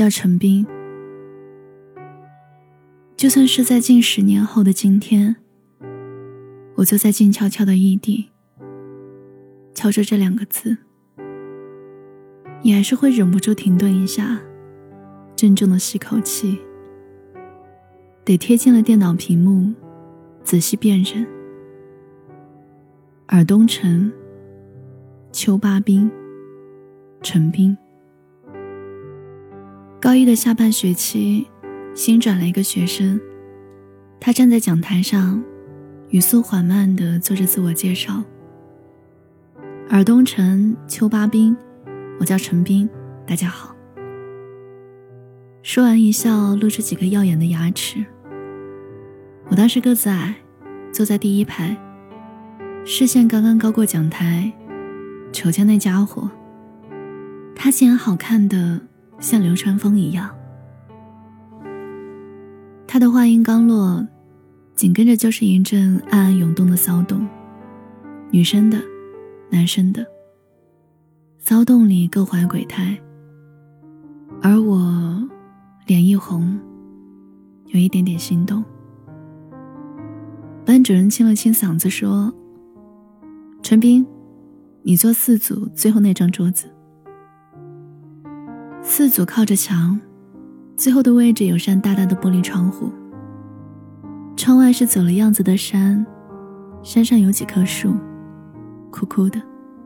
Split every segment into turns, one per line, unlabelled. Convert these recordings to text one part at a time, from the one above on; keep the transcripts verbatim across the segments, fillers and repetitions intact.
叫陈斌。就算是在近十年后的今天，我坐在静悄悄的异地，敲着这两个字，你还是会忍不住停顿一下，郑重的吸口气，得贴近了电脑屏幕，仔细辨认。尔东城，邱八兵，陈斌。高一的下半学期，新转了一个学生，他站在讲台上，语速缓慢地做着自我介绍。尔东城，邱八兵，我叫陈斌，大家好。说完一笑，露出几个耀眼的牙齿。我当时个子矮，坐在第一排，视线刚刚高过讲台，瞅见那家伙，他竟然好看的像流川枫一样。他的话音刚落，紧跟着就是一阵暗暗涌动的骚动，女生的，男生的，骚动里各怀鬼胎。而我脸一红，有一点点心动。班主任清了清嗓子说，陈斌，你坐四组最后那张桌子。四组靠着墙，最后的位置有扇大大的玻璃窗户，窗外是走了样子的山，山上有几棵树，枯枯的。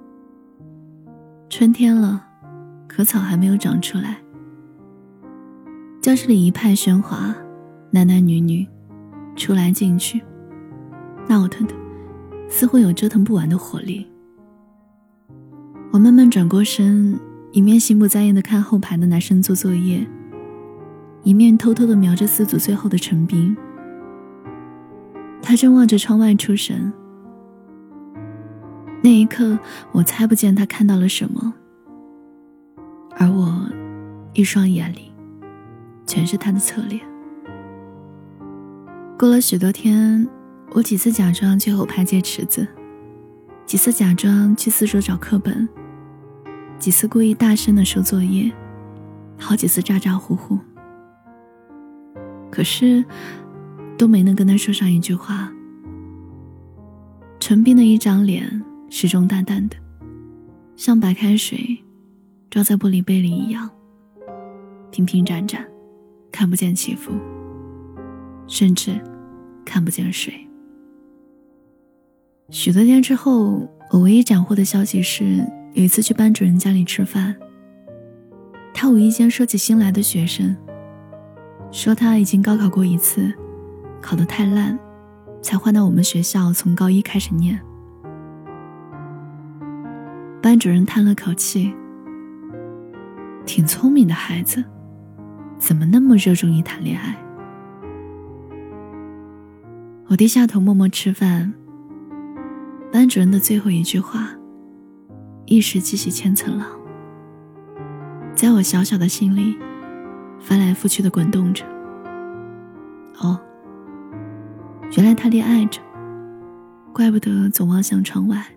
春天了，可草还没有长出来。教室里一派喧哗，男男女女出来进去，闹腾的似乎有折腾不完的火力。我慢慢转过身，一面心不在焉地看后排的男生做作业，一面偷偷地瞄着四组最后的陈斌。他正望着窗外出神。那一刻，我猜不见他看到了什么，而我一双眼里全是他的侧脸。过了许多天，我几次假装去后排借尺子，几次假装去四桌找课本，几次故意大声地说作业，好几次咋咋呼呼，可是都没能跟他说上一句话。陈斌的一张脸始终淡淡的，像白开水装在玻璃杯里一样，平平展展，看不见起伏，甚至看不见水。许多天之后，我唯一斩获的消息是，有一次去班主任家里吃饭，他无意间说起新来的学生，说他已经高考过一次，考得太烂，才换到我们学校从高一开始念。班主任叹了口气，挺聪明的孩子，怎么那么热衷于谈恋爱？我低下头默默吃饭，班主任的最后一句话一时激起千层浪，在我小小的心里翻来覆去的滚动着。哦，原来他恋爱着，怪不得总望向窗外，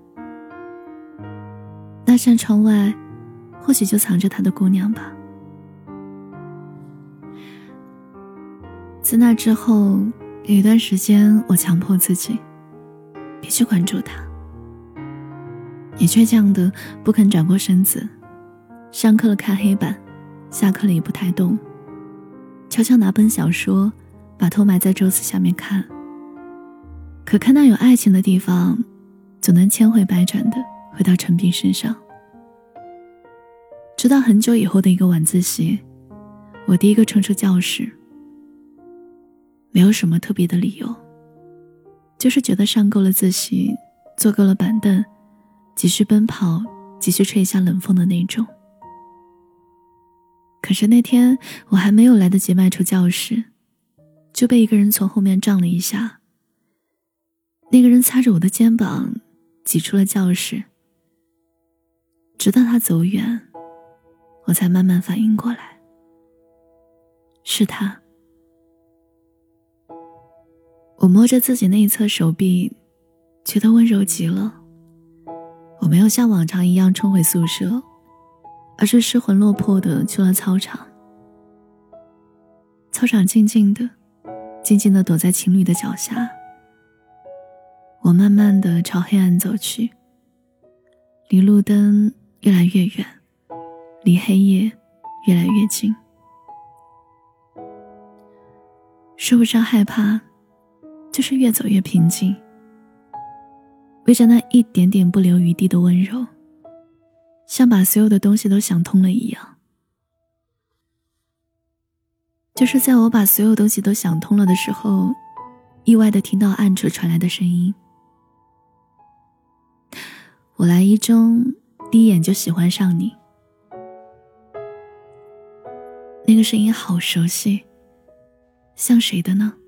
那扇窗外或许就藏着他的姑娘吧。自那之后，有一段时间我强迫自己别去关注他，也倔强的不肯转过身子，上课了看黑板，下课了也不太动，悄悄拿本小说把头埋在桌子下面看。可看到有爱情的地方，总能千回百转的回到陈斌身上。直到很久以后的一个晚自习，我第一个冲出教室，没有什么特别的理由，就是觉得上够了自习，坐够了板凳，继续奔跑，继续吹一下冷风的那种。可是那天我还没有来得及迈出教室，就被一个人从后面撞了一下。那个人擦着我的肩膀挤出了教室，直到他走远，我才慢慢反应过来，是他。我摸着自己那一侧手臂，觉得温柔极了。我没有像往常一样冲回宿舍，而是失魂落魄地去了操场。 操场静静的，静静的躲在情侣的脚下。我慢慢的朝黑暗走去，离路灯越来越远，离黑夜越来越近。说不上害怕，就是越走越平静，为着那一点点不留余地的温柔，像把所有的东西都想通了一样。就是在我把所有东西都想通了的时候，意外地听到暗处传来的声音。我来一中，第一眼就喜欢上你。那个声音好熟悉，像谁的呢？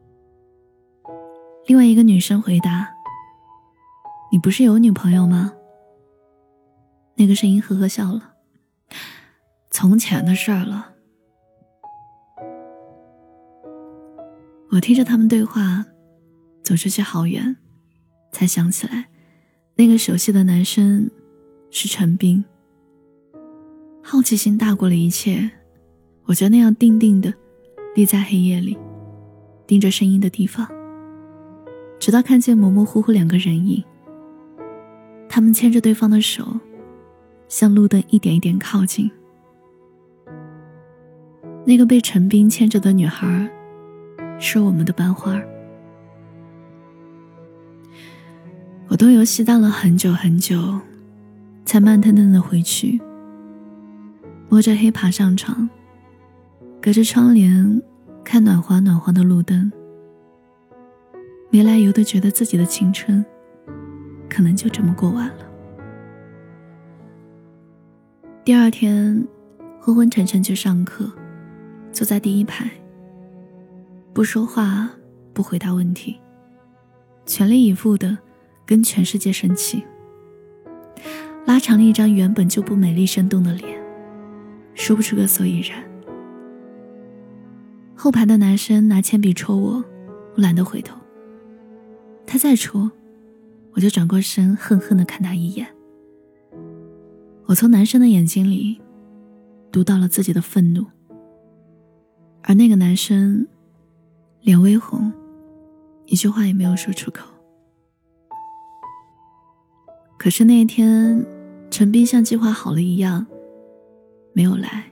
另外一个女生回答：你不是有女朋友吗？那个声音呵呵笑了：从前的事儿了。我听着他们对话，走出去好远，才想起来那个熟悉的男生是陈斌。好奇心大过了一切，我就那样定定地立在黑夜里，盯着声音的地方，直到看见模模糊糊两个人影，他们牵着对方的手，向路灯一点一点靠近。那个被陈斌牵着的女孩是我们的班花。我都游戏荡了很久很久，才慢腾腾地回去，摸着黑爬上床，隔着窗帘看暖黄暖黄的路灯，没来由地觉得自己的青春可能就这么过完了。第二天昏昏沉沉去上课，坐在第一排，不说话，不回答问题，全力以赴地跟全世界生气，拉长了一张原本就不美丽生动的脸，说不出个所以然。后排的男生拿铅笔戳我，我懒得回头，他再戳，我就转过身恨恨地看他一眼。我从男生的眼睛里读到了自己的愤怒，而那个男生脸微红，一句话也没有说出口。可是那一天，陈斌像计划好了一样没有来，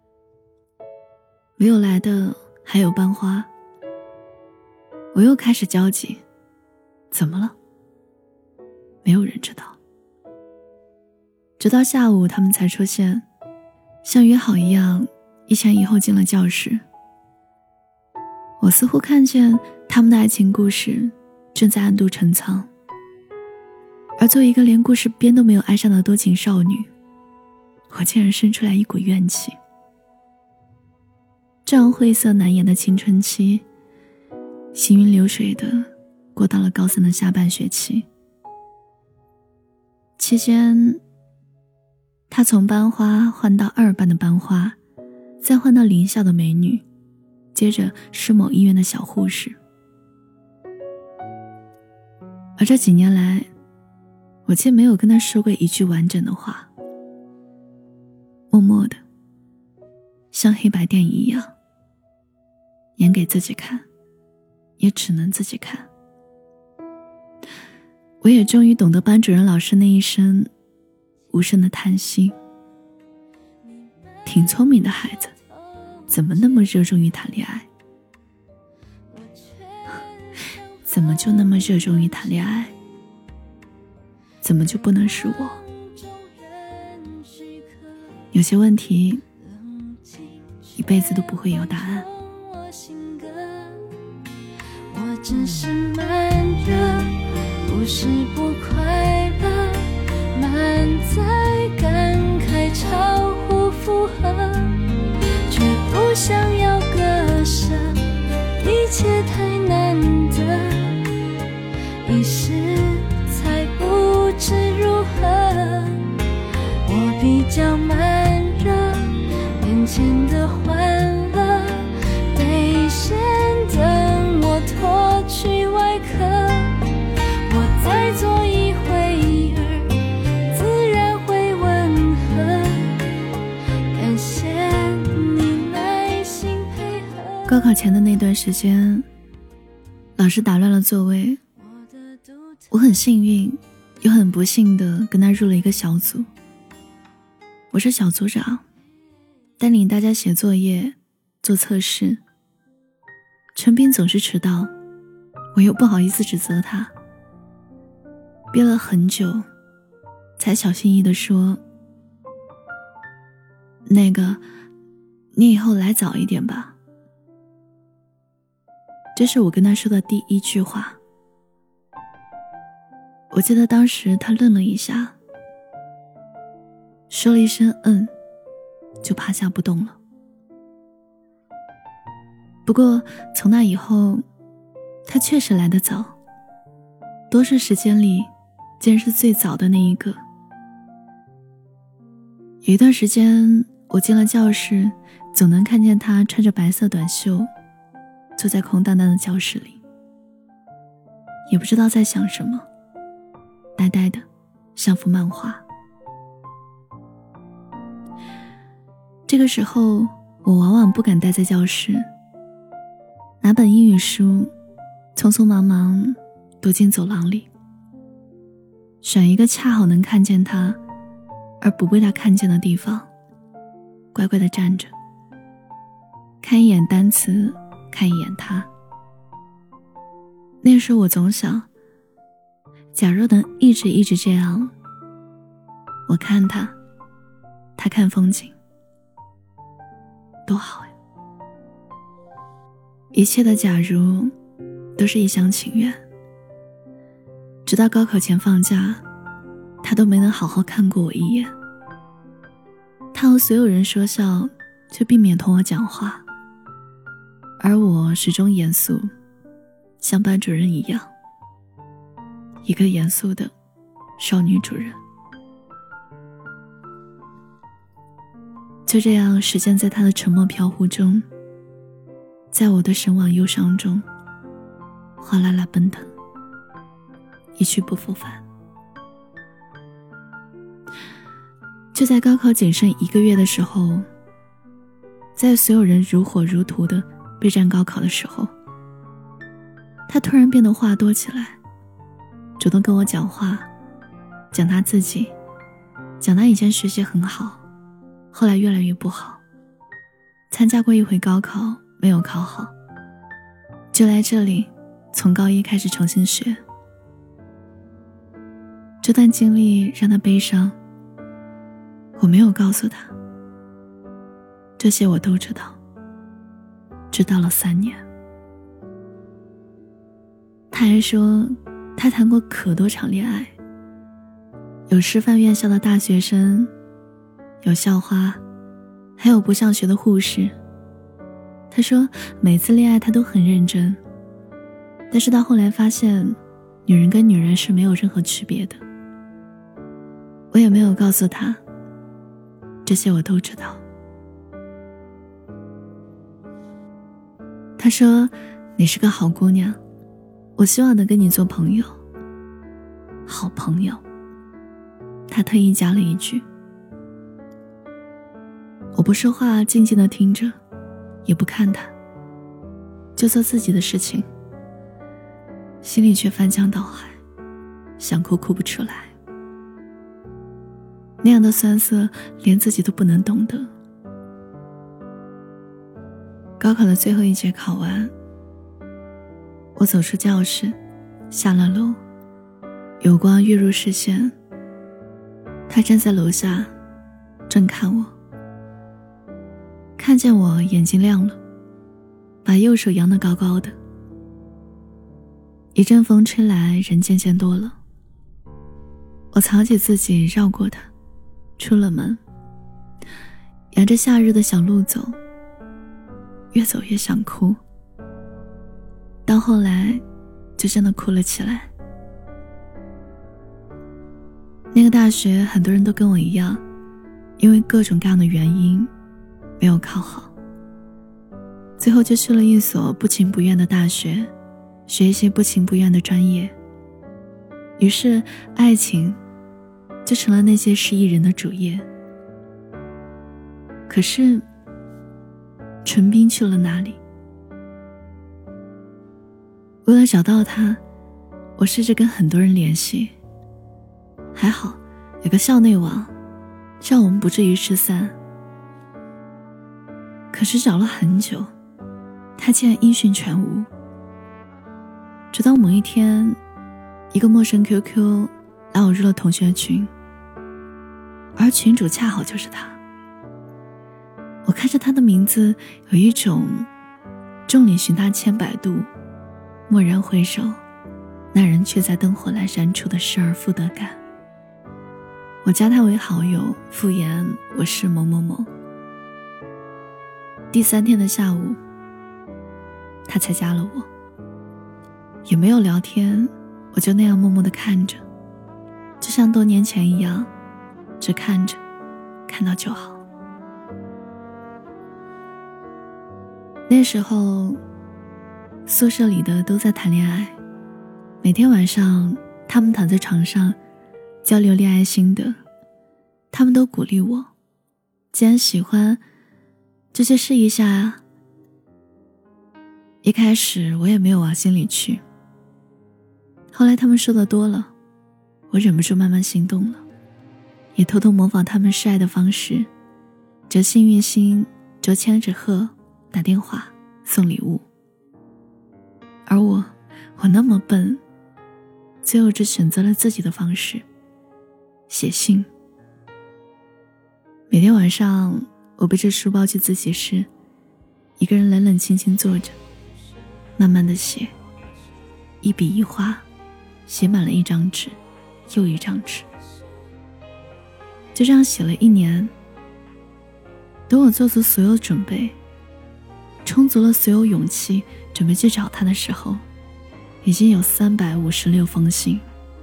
没有来的还有班花。我又开始焦急，怎么了？没有人知道。直到下午他们才出现，像约好一样一前一后进了教室。我似乎看见他们的爱情故事正在暗度陈仓，而作为一个连故事边都没有爱上的多情少女，我竟然生出来一股怨气。这样晦涩难言的青春期，行云流水的过到了高三的下半学期。期间，她从班花换到二班的班花，再换到邻校的美女，接着是某医院的小护士。而这几年来，我竟没有跟她说过一句完整的话，默默的，像黑白电影一样，演给自己看，也只能自己看。我也终于懂得班主任老师那一声无声的叹息，挺聪明的孩子，怎么那么热衷于谈恋爱？怎么就那么热衷于谈恋爱？怎么就不能是我？有些问题一辈子都不会有答案。
我只是慢热，不是不快乐，满载感慨超乎负荷，却不想要割舍，一切太难得，一时才不知如何。我比较慢热，眼前的欢乐得先等我脱去外壳，我再做一会儿，自然会温和。感谢
考前的那段时间，老师打乱了座位，我很幸运又很不幸地跟他入了一个小组。我是小组长，带领大家写作业做测试。陈斌总是迟到，我又不好意思指责他，憋了很久才小心翼翼地说，那个你以后来早一点吧。这是我跟他说的第一句话。我记得当时他愣了一下，说了一声嗯，就趴下不动了。不过从那以后，他确实来得早，多数时间里竟然是最早的那一个。有一段时间我进了教室，总能看见他穿着白色短袖坐在空荡荡的教室里，也不知道在想什么，呆呆的像幅漫画。这个时候我往往不敢待在教室，拿本英语书匆匆忙忙躲进走廊里，选一个恰好能看见他而不被他看见的地方，乖乖地站着，看一眼单词，看一眼他。那时候我总想，假若能一直一直这样，我看他，他看风景，多好呀。一切的假如都是一厢情愿，直到高考前放假，他都没能好好看过我一眼。他和所有人说笑，却避免同我讲话，而我始终严肃，像班主任一样，一个严肃的少女主任。就这样，时间在他的沉默飘忽中，在我的神往忧伤中，哗啦啦奔腾，一去不复返。就在高考仅剩一个月的时候，在所有人如火如荼的备战高考的时候，他突然变得话多起来，主动跟我讲话，讲他自己，讲他以前学习很好，后来越来越不好，参加过一回高考没有考好，就来这里从高一开始重新学。这段经历让他悲伤，我没有告诉他，这些我都知道，知道了三年。他还说他谈过可多场恋爱，有师范院校的大学生，有校花，还有不上学的护士。他说每次恋爱他都很认真，但是到后来发现女人跟女人是没有任何区别的。我也没有告诉他，这些我都知道。他说你是个好姑娘，我希望能跟你做朋友。好朋友，他特意加了一句。我不说话，静静地听着，也不看他，就做自己的事情，心里却翻江倒海，想哭哭不出来。那样的酸涩连自己都不能懂得。高考的最后一节考完，我走出教室，下了楼，有光跃入视线，他站在楼下正看我，看见我眼睛亮了，把右手扬得高高的。一阵风吹来，人渐渐多了，我藏起自己绕过他，出了门，沿着夏日的小路走，越走越想哭，到后来就真的哭了起来。那个大学很多人都跟我一样，因为各种各样的原因没有考好，最后就去了一所不情不愿的大学，学一些不情不愿的专业。于是爱情就成了那些失意人的主业。可是陈斌去了哪里？ 为了找到他，我试着跟很多人联系，还好有个校内网，让我们不至于失散。可是找了很久，他竟然音讯全无。直到某一天，一个陌生 Q Q 拉我入了同学群，而群主恰好就是他。我看着他的名字，有一种众里寻他千百度，蓦然回首，那人却在灯火阑珊处的失而复得感。我加他为好友，敷衍我是某某某。第三天的下午，他才加了我，也没有聊天，我就那样默默地看着，就像多年前一样，只看着，看到就好。那时候宿舍里的都在谈恋爱，每天晚上他们躺在床上交流恋爱心得，他们都鼓励我，既然喜欢就去试一下啊。一开始我也没有往心里去，后来他们说的多了，我忍不住慢慢心动了，也偷偷模仿他们示爱的方式，折幸运星，折千纸鹤，打电话，送礼物。而我我那么笨，最后只选择了自己的方式，写信。每天晚上我背着书包去自习室，一个人冷冷清清坐着，慢慢的写，一笔一画，写满了一张纸又一张纸。就这样写了一年。等我做足所有准备，充足了所有勇气，准备去找他的时候，已经有三百五十六封信。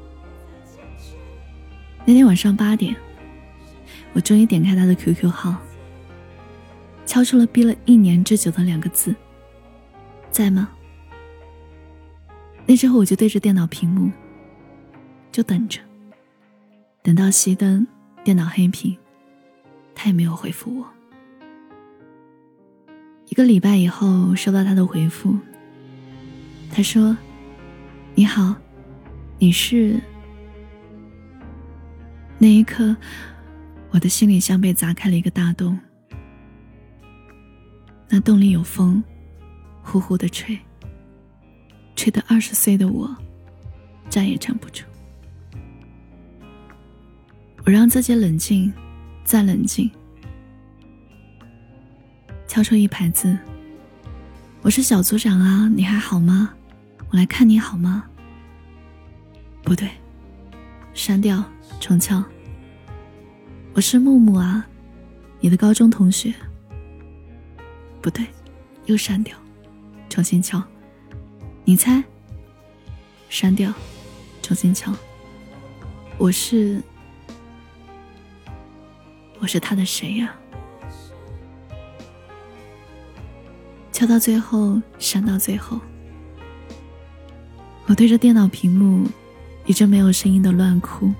那天晚上八点，我终于点开他的 Q Q 号，敲出了逼了一年之久的两个字：在吗？那之后我就对着电脑屏幕，就等着，等到熄灯，电脑黑屏，他也没有回复我。一个礼拜以后收到他的回复，他说：你好，你是……那一刻我的心里像被砸开了一个大洞，那洞里有风呼呼地吹，吹得二十岁的我站也站不住。我让自己冷静再冷静，敲出一排字：我是小组长啊，你还好吗？我来看你好吗？不对，删掉，重敲。我是木木啊，你的高中同学。不对，又删掉，重新敲。你猜？删掉，重新敲。我是……我是他的谁呀？敲到最后，删到最后。我对着电脑屏幕一阵没有声音的乱哭。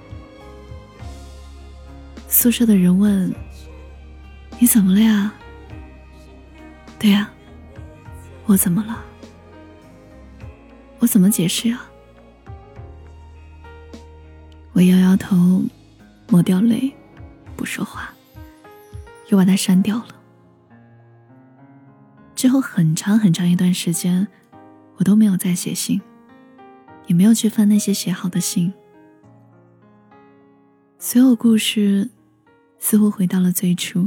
宿舍的人问：你怎么了呀？对呀，我怎么了？我怎么解释呀？我摇摇头，抹掉泪，不说话，又把它删掉了。之后很长很长一段时间，我都没有再写信，也没有去翻那些写好的信。所有故事似乎回到了最初。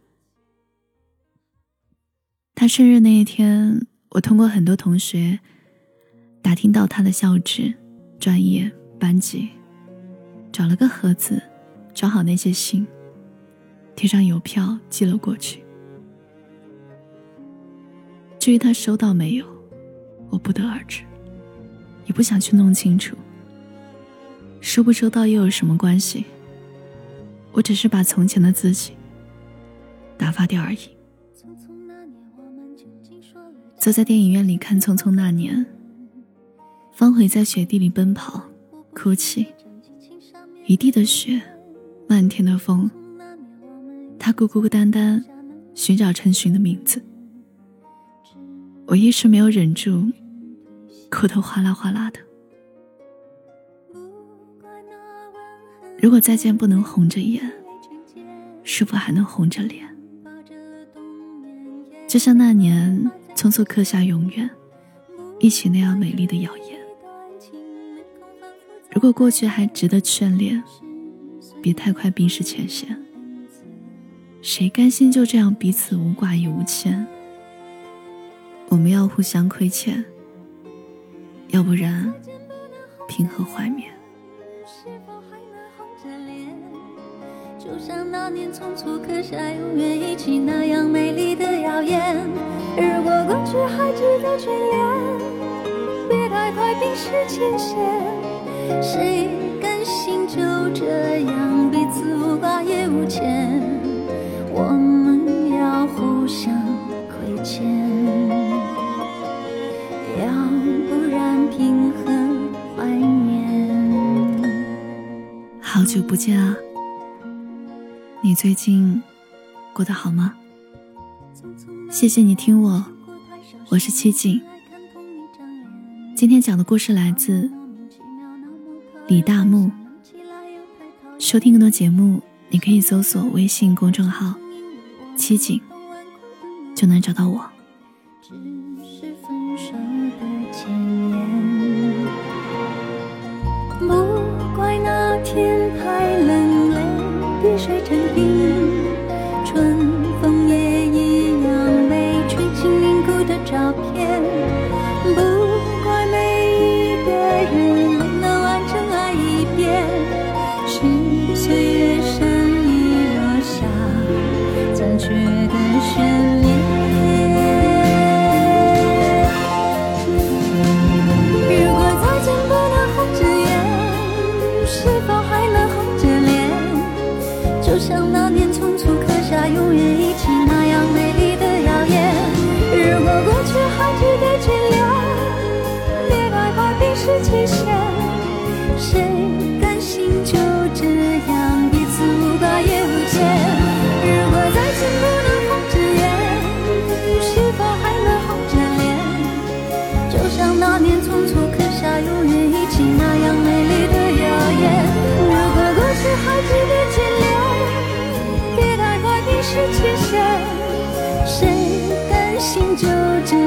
他生日那一天，我通过很多同学打听到他的校址、专业、班级，找了个盒子，装好那些信，贴上邮票寄了过去。至于他收到没有，我不得而知，也不想去弄清楚。收不收到又有什么关系？我只是把从前的自己打发掉而已。坐在电影院里看《匆匆那年》，方茴在雪地里奔跑哭泣，一地的雪，漫天的风，他孤孤单单寻找陈寻的名字。我一时没有忍住， 哭得哗啦哗啦的。如果再见不能红着眼，是否还能红着脸？就像那年匆促刻下永远，一起那样美丽的谣言。如果过去还值得眷恋，别太快冰释前嫌。谁甘心就这样彼此无挂也无牵？我们要互相亏欠，要不然凭何怀缅？
就像那年匆促刻下永远一起那样美丽的谣言。如果过去还值得眷恋，别太快冰释前嫌。谁甘心就这样彼此无挂也无牵？我们要互相亏欠，要不然凭何怀念？
好久不见啊，你最近过得好吗？谢谢你听我，我是七景。今天讲的故事来自李大木。收听更多节目，你可以搜索微信公众号七景，就能找到我。
只是分手的前言，不怪那天太冷泪滴水成冰，春风也一样没吹进凝固的照片，不怪每一个人没能完整爱一遍，是岁月深遗落下残缺的悬念。如果再见不能红着眼，是否还能红着脸？就像那年匆促刻下永远一起那样美丽的谣言。如果过去还值得眷恋，别太快冰释前嫌。谁甘心就这样彼此无挂也无牵？如果再见不能红着眼，是否还能红着脸？就像那年匆促刻下永远一起那样美丽的谣言。如果过去还值得眷恋，别太快冰释前嫌。谁甘心就这